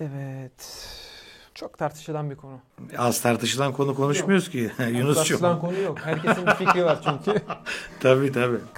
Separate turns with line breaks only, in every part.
Evet. Çok tartışılan bir konu.
Az tartışılan konu konuşmuyoruz ki. Yunus'cum.
Tartışılan konu yok. Herkesin bir fikri var çünkü.
Tabii.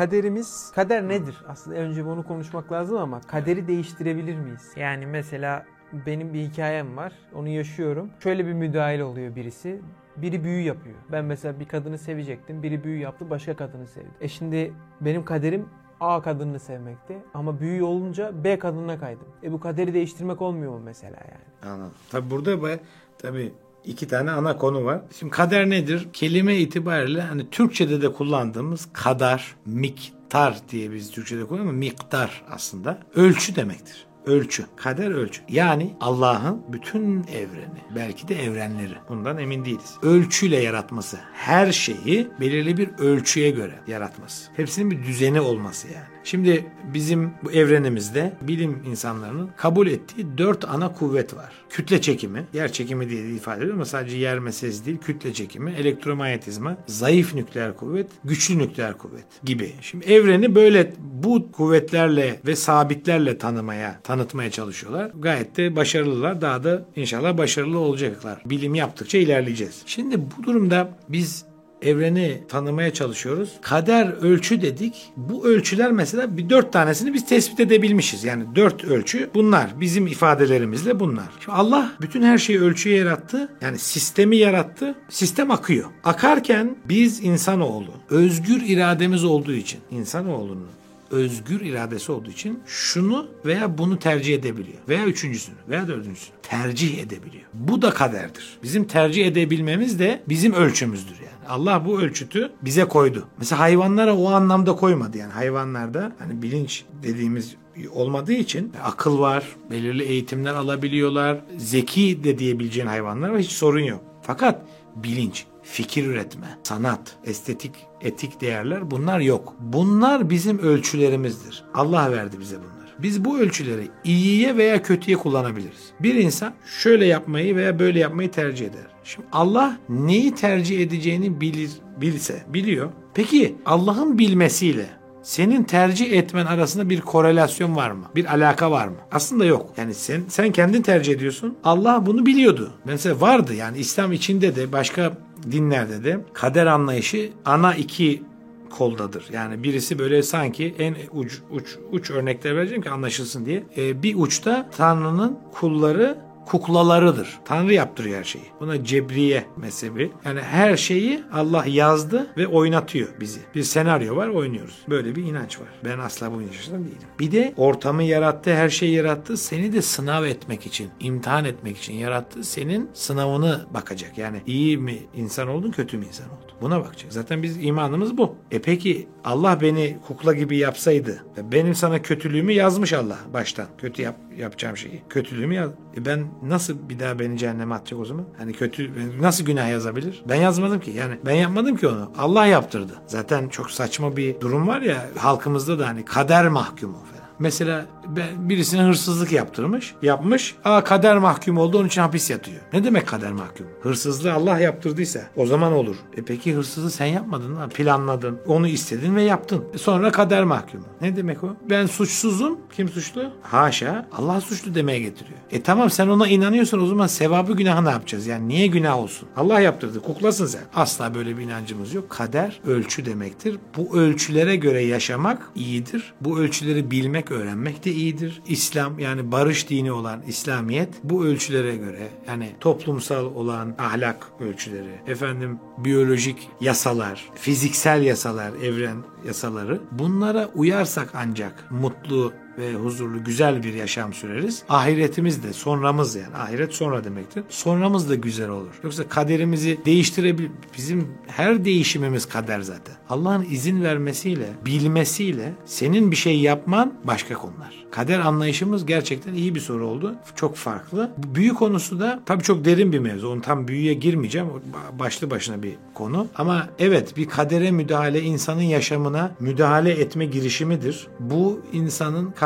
Kader nedir? Aslında önce bunu konuşmak lazım ama kaderi değiştirebilir miyiz? Yani mesela benim bir hikayem var. Onu yaşıyorum. Şöyle bir müdahale oluyor birisi. Biri büyü yapıyor. Ben mesela bir kadını sevecektim. Biri büyü yaptı, başka kadını sevdi. Şimdi benim kaderim A kadını sevmekti. Ama büyü olunca B kadınına kaydım. Bu kaderi değiştirmek olmuyor mu mesela yani?
Anladım. Tabii burada tabii iki tane ana konu var. Şimdi kader nedir? Kelime itibariyle hani Türkçe'de de kullandığımız kadar, miktar diye biz Türkçe'de kullanıyoruz ama miktar aslında ölçü demektir. Ölçü. Kader ölçü. Yani Allah'ın bütün evreni, belki de evrenleri, bundan emin değiliz, ölçüyle yaratması. Her şeyi belirli bir ölçüye göre yaratması. Hepsinin bir düzeni olması yani. Şimdi bizim bu evrenimizde bilim insanlarının kabul ettiği 4 ana kuvvet var. Kütle çekimi, yer çekimi diye ifade ediyor ama sadece yer meselesi değil, kütle çekimi, elektromanyetizma, zayıf nükleer kuvvet, güçlü nükleer kuvvet gibi. Şimdi evreni böyle bu kuvvetlerle ve sabitlerle tanıtmaya çalışıyorlar. Gayet de başarılılar. Daha da inşallah başarılı olacaklar. Bilim yaptıkça ilerleyeceğiz. Şimdi bu durumda biz evreni tanımaya çalışıyoruz. Kader ölçü dedik. Bu ölçüler mesela bir 4 tanesini biz tespit edebilmişiz. Yani 4 ölçü bunlar. Bizim ifadelerimizle bunlar. Şimdi Allah bütün her şeyi ölçüye yarattı. Yani sistemi yarattı. Sistem akıyor. Akarken biz insanoğlu özgür irademiz olduğu için, insanoğlunun özgür iradesi olduğu için şunu veya bunu tercih edebiliyor. Veya üçüncüsünü veya dördüncüsünü tercih edebiliyor. Bu da kaderdir. Bizim tercih edebilmemiz de bizim ölçümüzdür yani. Allah bu ölçütü bize koydu. Mesela hayvanlara o anlamda koymadı. Yani hayvanlarda hani bilinç dediğimiz olmadığı için akıl var, belirli eğitimler alabiliyorlar. Zeki de diyebileceğin hayvanlar var, hiç sorun yok. Fakat bilinç, fikir üretme, sanat, estetik, etik değerler bunlar yok. Bunlar bizim ölçülerimizdir. Allah verdi bize bunları. Biz bu ölçüleri iyiye veya kötüye kullanabiliriz. Bir insan şöyle yapmayı veya böyle yapmayı tercih eder. Şimdi Allah neyi tercih edeceğini biliyor. Peki Allah'ın bilmesiyle senin tercih etmen arasında bir korelasyon var mı? Bir alaka var mı? Aslında yok. Yani sen kendin tercih ediyorsun. Allah bunu biliyordu. Mesela vardı yani İslam içinde de başka dinlerde de kader anlayışı ana iki koldadır. Yani birisi böyle sanki en uç örnekler vereceğim ki anlaşılsın diye. Bir uçta Tanrı'nın kulları kuklalarıdır. Tanrı yaptırıyor her şeyi. Buna Cebriye mezhebi. Yani her şeyi Allah yazdı ve oynatıyor bizi. Bir senaryo var, oynuyoruz. Böyle bir inanç var. Ben asla bu inançtan değilim. Bir de ortamı yarattı, her şeyi yarattı. Seni de sınav etmek için, imtihan etmek için yarattı. Senin sınavını bakacak. Yani iyi mi insan oldun, kötü mü insan oldun? Buna bakacak. Zaten biz imanımız bu. Peki Allah beni kukla gibi yapsaydı, benim sana kötülüğümü yazmış Allah baştan. Kötü yapacağım şeyi. Kötülüğümü yaz. Ben nasıl bir daha beni cehenneme atacak o zaman? Hani nasıl günah yazabilir? Ben yazmadım ki. Yani ben yapmadım ki onu. Allah yaptırdı. Zaten çok saçma bir durum var ya halkımızda da hani kader mahkumu falan. Mesela birisine hırsızlık yapmış. Kader mahkumu oldu, onun için hapis yatıyor. Ne demek kader mahkumu? Hırsızlığı Allah yaptırdıysa o zaman olur. Peki hırsızlığı sen yapmadın mı? Planladın, onu istedin ve yaptın. Sonra kader mahkumu. Ne demek o? Ben suçsuzum. Kim suçlu? Haşa. Allah suçlu demeye getiriyor. Tamam sen ona inanıyorsan o zaman sevabı günahı ne yapacağız? Yani niye günah olsun? Allah yaptırdı. Kuklasın sen. Asla böyle bir inancımız yok. Kader ölçü demektir. Bu ölçülere göre yaşamak iyidir. Bu ölçüleri bilmek, öğrenmek de iyidir. İslam yani barış dini olan İslamiyet bu ölçülere göre yani toplumsal olan ahlak ölçüleri, biyolojik yasalar, fiziksel yasalar, evren yasaları bunlara uyarsak ancak mutlu ve huzurlu güzel bir yaşam süreriz. Ahiretimiz de sonramız yani ahiret sonra demektir. Sonramız da güzel olur. Yoksa kaderimizi bizim her değişimimiz kader zaten. Allah'ın izin vermesiyle, bilmesiyle senin bir şey yapman başka konular. Kader anlayışımız gerçekten iyi bir soru oldu. Çok farklı. Bu büyü konusu da tabii çok derin bir mevzu. Onu tam büyüye girmeyeceğim. Başlı başına bir konu. Ama evet bir kadere müdahale insanın yaşamına müdahale etme girişimidir. Bu insanın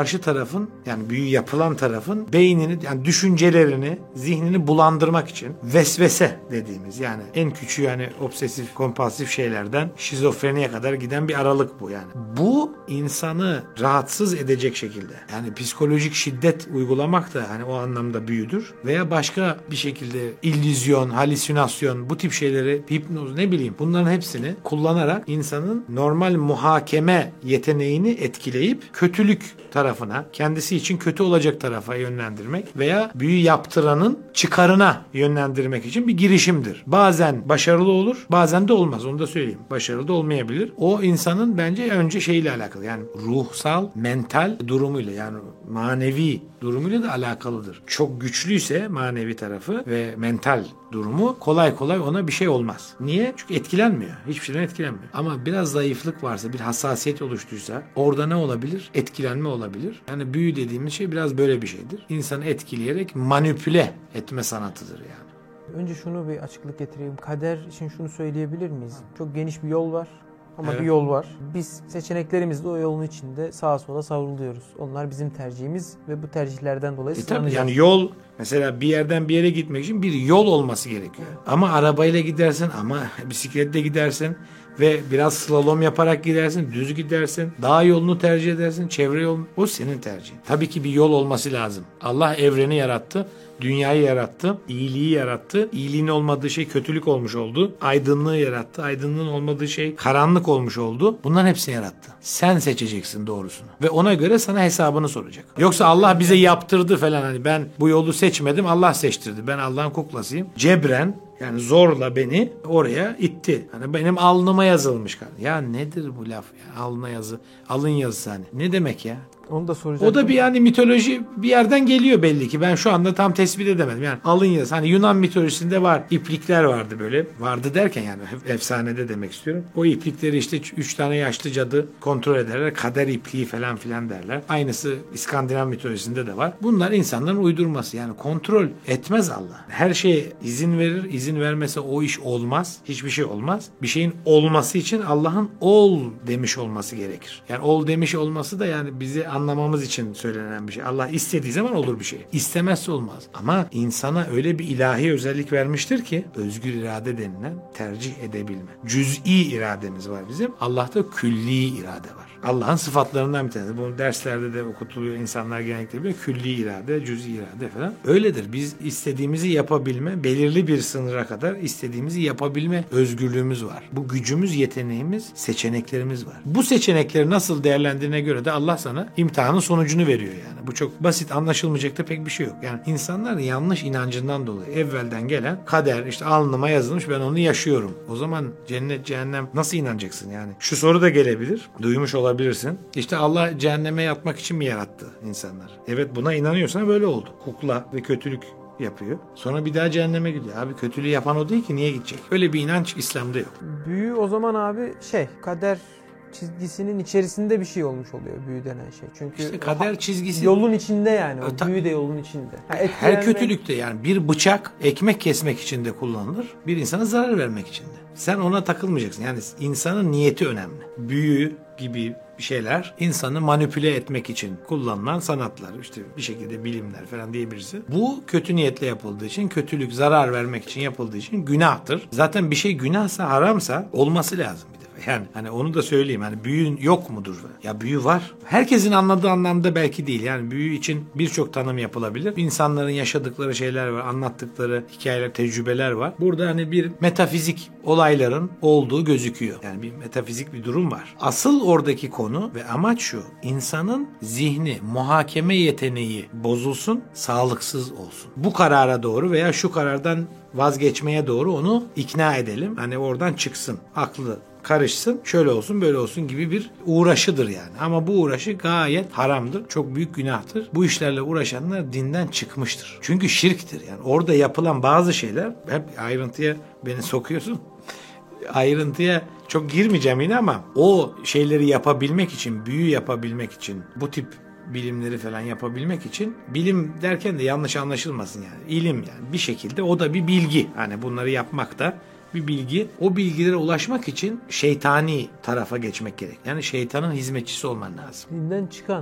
karşı tarafın, yani büyü yapılan tarafın beynini, yani düşüncelerini, zihnini bulandırmak için vesvese dediğimiz, yani en küçüğü yani obsesif kompulsif şeylerden şizofreniye kadar giden bir aralık bu yani. Bu insanı rahatsız edecek şekilde, yani psikolojik şiddet uygulamak da hani o anlamda büyüdür veya başka bir şekilde illüzyon, halüsinasyon, bu tip şeyleri, hipnoz, ne bileyim, bunların hepsini kullanarak insanın normal muhakeme yeteneğini etkileyip kötülük tarafına, kendisi için kötü olacak tarafa yönlendirmek veya büyü yaptıranın çıkarına yönlendirmek için bir girişimdir. Bazen başarılı olur, bazen de olmaz. Onu da söyleyeyim. Başarılı da olmayabilir. O insanın bence önce şeyle alakalı. Yani ruhsal, mental durumuyla, yani manevi durumuyla da alakalıdır. Çok güçlüyse manevi tarafı ve mental durumu, kolay kolay ona bir şey olmaz. Niye? Çünkü etkilenmiyor. Hiçbir şeyden etkilenmiyor. Ama biraz zayıflık varsa, bir hassasiyet oluştuysa orada ne olabilir? Etkilenme olabilir. Yani büyü dediğimiz şey biraz böyle bir şeydir. İnsanı etkileyerek manipüle etme sanatıdır yani.
Önce şunu bir açıklık getireyim. Kader için şunu söyleyebilir miyiz? Çok geniş bir yol var. Ama
Evet.
bir yol var. Biz seçeneklerimizle o yolun içinde sağa sola savruluyoruz. Onlar bizim tercihimiz ve bu tercihlerden dolayı
Tabii
sınanacağız.
yani yol, mesela bir yerden bir yere gitmek için bir yol olması gerekiyor. Ama arabayla gidersin, ama bisikletle gidersin ve biraz slalom yaparak gidersin, düz gidersin, dağ yolunu tercih edersin, çevre yolunu, o senin tercihin. Tabii ki bir yol olması lazım. Allah evreni yarattı, dünyayı yarattı, iyiliği yarattı. İyiliğin olmadığı şey kötülük olmuş oldu. Aydınlığı yarattı, aydınlığın olmadığı şey karanlık olmuş oldu. Bunların hepsini yarattı. Sen seçeceksin doğrusunu ve ona göre sana hesabını soracak. Yoksa Allah bize yaptırdı falan, hani ben bu yolu seçmedim, Allah seçtirdi. Ben Allah'ın kuklasıyım. Cebren, yani zorla beni oraya itti. Hani benim alnıma yazılmış. Ya nedir bu laf ya? Alnına yazı, alın yazısı hani. Ne demek ya?
Onu da soracağım.
O da bir yani mitoloji bir yerden geliyor belli ki. Ben şu anda tam tespit edemedim. Yani alın yazısı. Hani Yunan mitolojisinde var. İplikler vardı böyle. Vardı derken yani efsanede demek istiyorum. O iplikleri işte 3 tane yaşlı cadı kontrol ederler. Kader ipliği falan filan derler. Aynısı İskandinav mitolojisinde de var. Bunlar insanların uydurması. Yani kontrol etmez Allah. Her şeye izin verir. İzin vermese o iş olmaz. Hiçbir şey olmaz. Bir şeyin olması için Allah'ın ol demiş olması gerekir. Yani ol demiş olması da yani bizi anlamamız için söylenen bir şey. Allah istediği zaman olur bir şey. İstemezse olmaz. Ama insana öyle bir ilahi özellik vermiştir ki özgür irade denilen tercih edebilme. Cüz'i irademiz var bizim. Allah'ta külli irade var. Allah'ın sıfatlarından bir tanesi. Bu derslerde de okutuluyor. İnsanlar genellikle biliyor. Külli irade, cüz'i irade falan. Öyledir. Biz istediğimizi yapabilme, belirli bir sınıra kadar istediğimizi yapabilme özgürlüğümüz var. Bu gücümüz, yeteneğimiz, seçeneklerimiz var. Bu seçenekleri nasıl değerlendirdiğine göre de Allah sana imtihanın sonucunu veriyor yani. Bu çok basit, anlaşılmayacak da pek bir şey yok. Yani insanlar yanlış inancından dolayı evvelden gelen kader, işte alnıma yazılmış, ben onu yaşıyorum. O zaman cennet, cehennem nasıl inanacaksın yani? Şu soru da gelebilir. Duymuş olabilirsin. İşte Allah cehenneme yatmak için mi yarattı insanlar? Evet, buna inanıyorsan böyle oldu. Kukla ve kötülük yapıyor. Sonra bir daha cehenneme gidiyor. Abi kötülüğü yapan o değil ki, niye gidecek? Öyle bir inanç İslam'da yok.
Büyü o zaman abi kader çizgisinin içerisinde bir şey olmuş oluyor büyü denen şey. Çünkü
İşte kader çizgisi
yolun içinde yani. O
Ta-
büyü de yolun içinde.
her kötülükte, yani bir bıçak ekmek kesmek için de kullanılır. Bir insana zarar vermek için de. Sen ona takılmayacaksın. Yani insanın niyeti önemli. Büyü gibi şeyler insanı manipüle etmek için kullanılan sanatlar, işte bir şekilde bilimler falan diyebilirsin. Bu kötü niyetle yapıldığı için, kötülük, zarar vermek için yapıldığı için günahtır. Zaten bir şey günahsa, haramsa olması lazım. Yani hani onu da söyleyeyim. Hani büyü yok mudur? Ya büyü var. Herkesin anladığı anlamda belki değil. Yani büyü için birçok tanım yapılabilir. İnsanların yaşadıkları şeyler var, anlattıkları hikayeler, tecrübeler var. Burada hani bir metafizik olayların olduğu gözüküyor. Yani bir metafizik bir durum var. Asıl oradaki konu ve amaç şu: insanın zihni, muhakeme yeteneği bozulsun, sağlıksız olsun. Bu karara doğru veya şu karardan vazgeçmeye doğru onu ikna edelim. Hani oradan çıksın. Aklı karışsın, şöyle olsun, böyle olsun gibi bir uğraşıdır yani. Ama bu uğraşı gayet haramdır. Çok büyük günahtır. Bu işlerle uğraşanlar dinden çıkmıştır. Çünkü şirktir yani. Orada yapılan bazı şeyler, hep ayrıntıya beni sokuyorsun. Ayrıntıya çok girmeyeceğim yine, ama o şeyleri yapabilmek için, büyü yapabilmek için, bu tip bilimleri falan yapabilmek için, bilim derken de yanlış anlaşılmasın yani. İlim yani bir şekilde, o da bir bilgi. Hani bunları yapmak da bir bilgi. O bilgilere ulaşmak için şeytani tarafa geçmek gerek. Yani şeytanın hizmetçisi olman lazım.
Dinden çıkan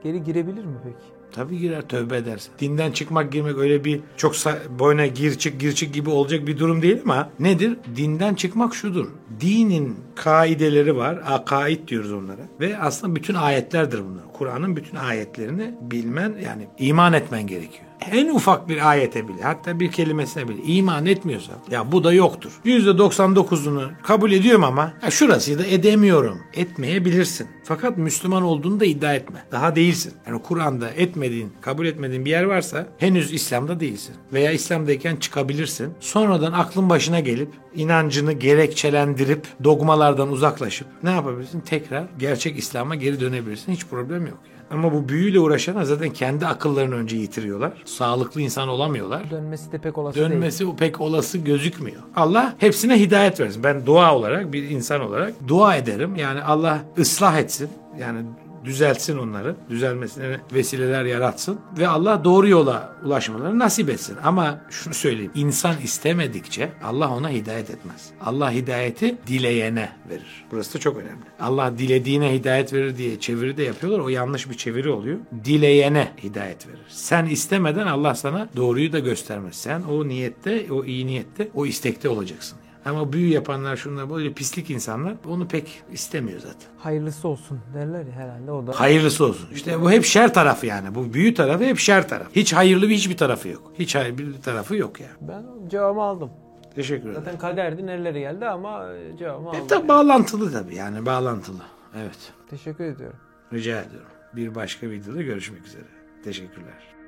geri girebilir mi peki?
Tabii girer, tövbe edersin. Dinden çıkmak, girmek öyle bir çok boyuna gir çık gibi olacak bir durum değil ama nedir? Dinden çıkmak şudur. Dinin kaideleri var. Akaid diyoruz onlara. Ve aslında bütün ayetlerdir bunlar. Kur'an'ın bütün ayetlerini bilmen, yani iman etmen gerekiyor. En ufak bir ayete bile, hatta bir kelimesine bile iman etmiyorsan, ya bu da yoktur. %99'unu kabul ediyorum ama şurasıyı da edemiyorum. Etmeyebilirsin. Fakat Müslüman olduğunu da iddia etme. Daha değilsin. Yani Kur'an'da kabul etmediğin bir yer varsa henüz İslam'da değilsin. Veya İslam'dayken çıkabilirsin. Sonradan aklın başına gelip inancını gerekçelendirip dogmalardan uzaklaşıp ne yapabilirsin? Tekrar gerçek İslam'a geri dönebilirsin. Hiç problem yok yani. Ama bu büyüyle uğraşanlar zaten kendi akıllarını önce yitiriyorlar. Sağlıklı insan olamıyorlar.
Dönmesi de pek olası değil.
Dönmesi pek olası gözükmüyor. Allah hepsine hidayet versin. Ben dua olarak, bir insan olarak dua ederim. Yani Allah ıslah etsin. Yani düzeltsin onları. Düzelmesine vesileler yaratsın. Ve Allah doğru yola ulaşmalarını nasip etsin. Ama şunu söyleyeyim. İnsan istemedikçe Allah ona hidayet etmez. Allah hidayeti dileyene verir. Burası da çok önemli. Allah dilediğine hidayet verir diye çeviri de yapıyorlar. O yanlış bir çeviri oluyor. Dileyene hidayet verir. Sen istemeden Allah sana doğruyu da göstermez. Sen o niyette, o iyi niyette, o istekte olacaksın. Ama büyü yapanlar, şunlar böyle pislik insanlar onu pek istemiyor zaten.
Hayırlısı olsun derler ya herhalde, o da.
Hayırlısı olsun. İşte bu hep şer tarafı yani. Bu büyü tarafı hep şer tarafı. Hiç hayırlı hiçbir tarafı yok. Hiç hayırlı bir tarafı yok yani.
Ben cevabımı aldım.
Teşekkür ederim.
Zaten kaderdi, nerelere geldi ama cevabımı aldım.
Tabii bağlantılı tabii yani, bağlantılı. Evet.
Teşekkür ediyorum.
Rica ediyorum. Bir başka videoda görüşmek üzere. Teşekkürler.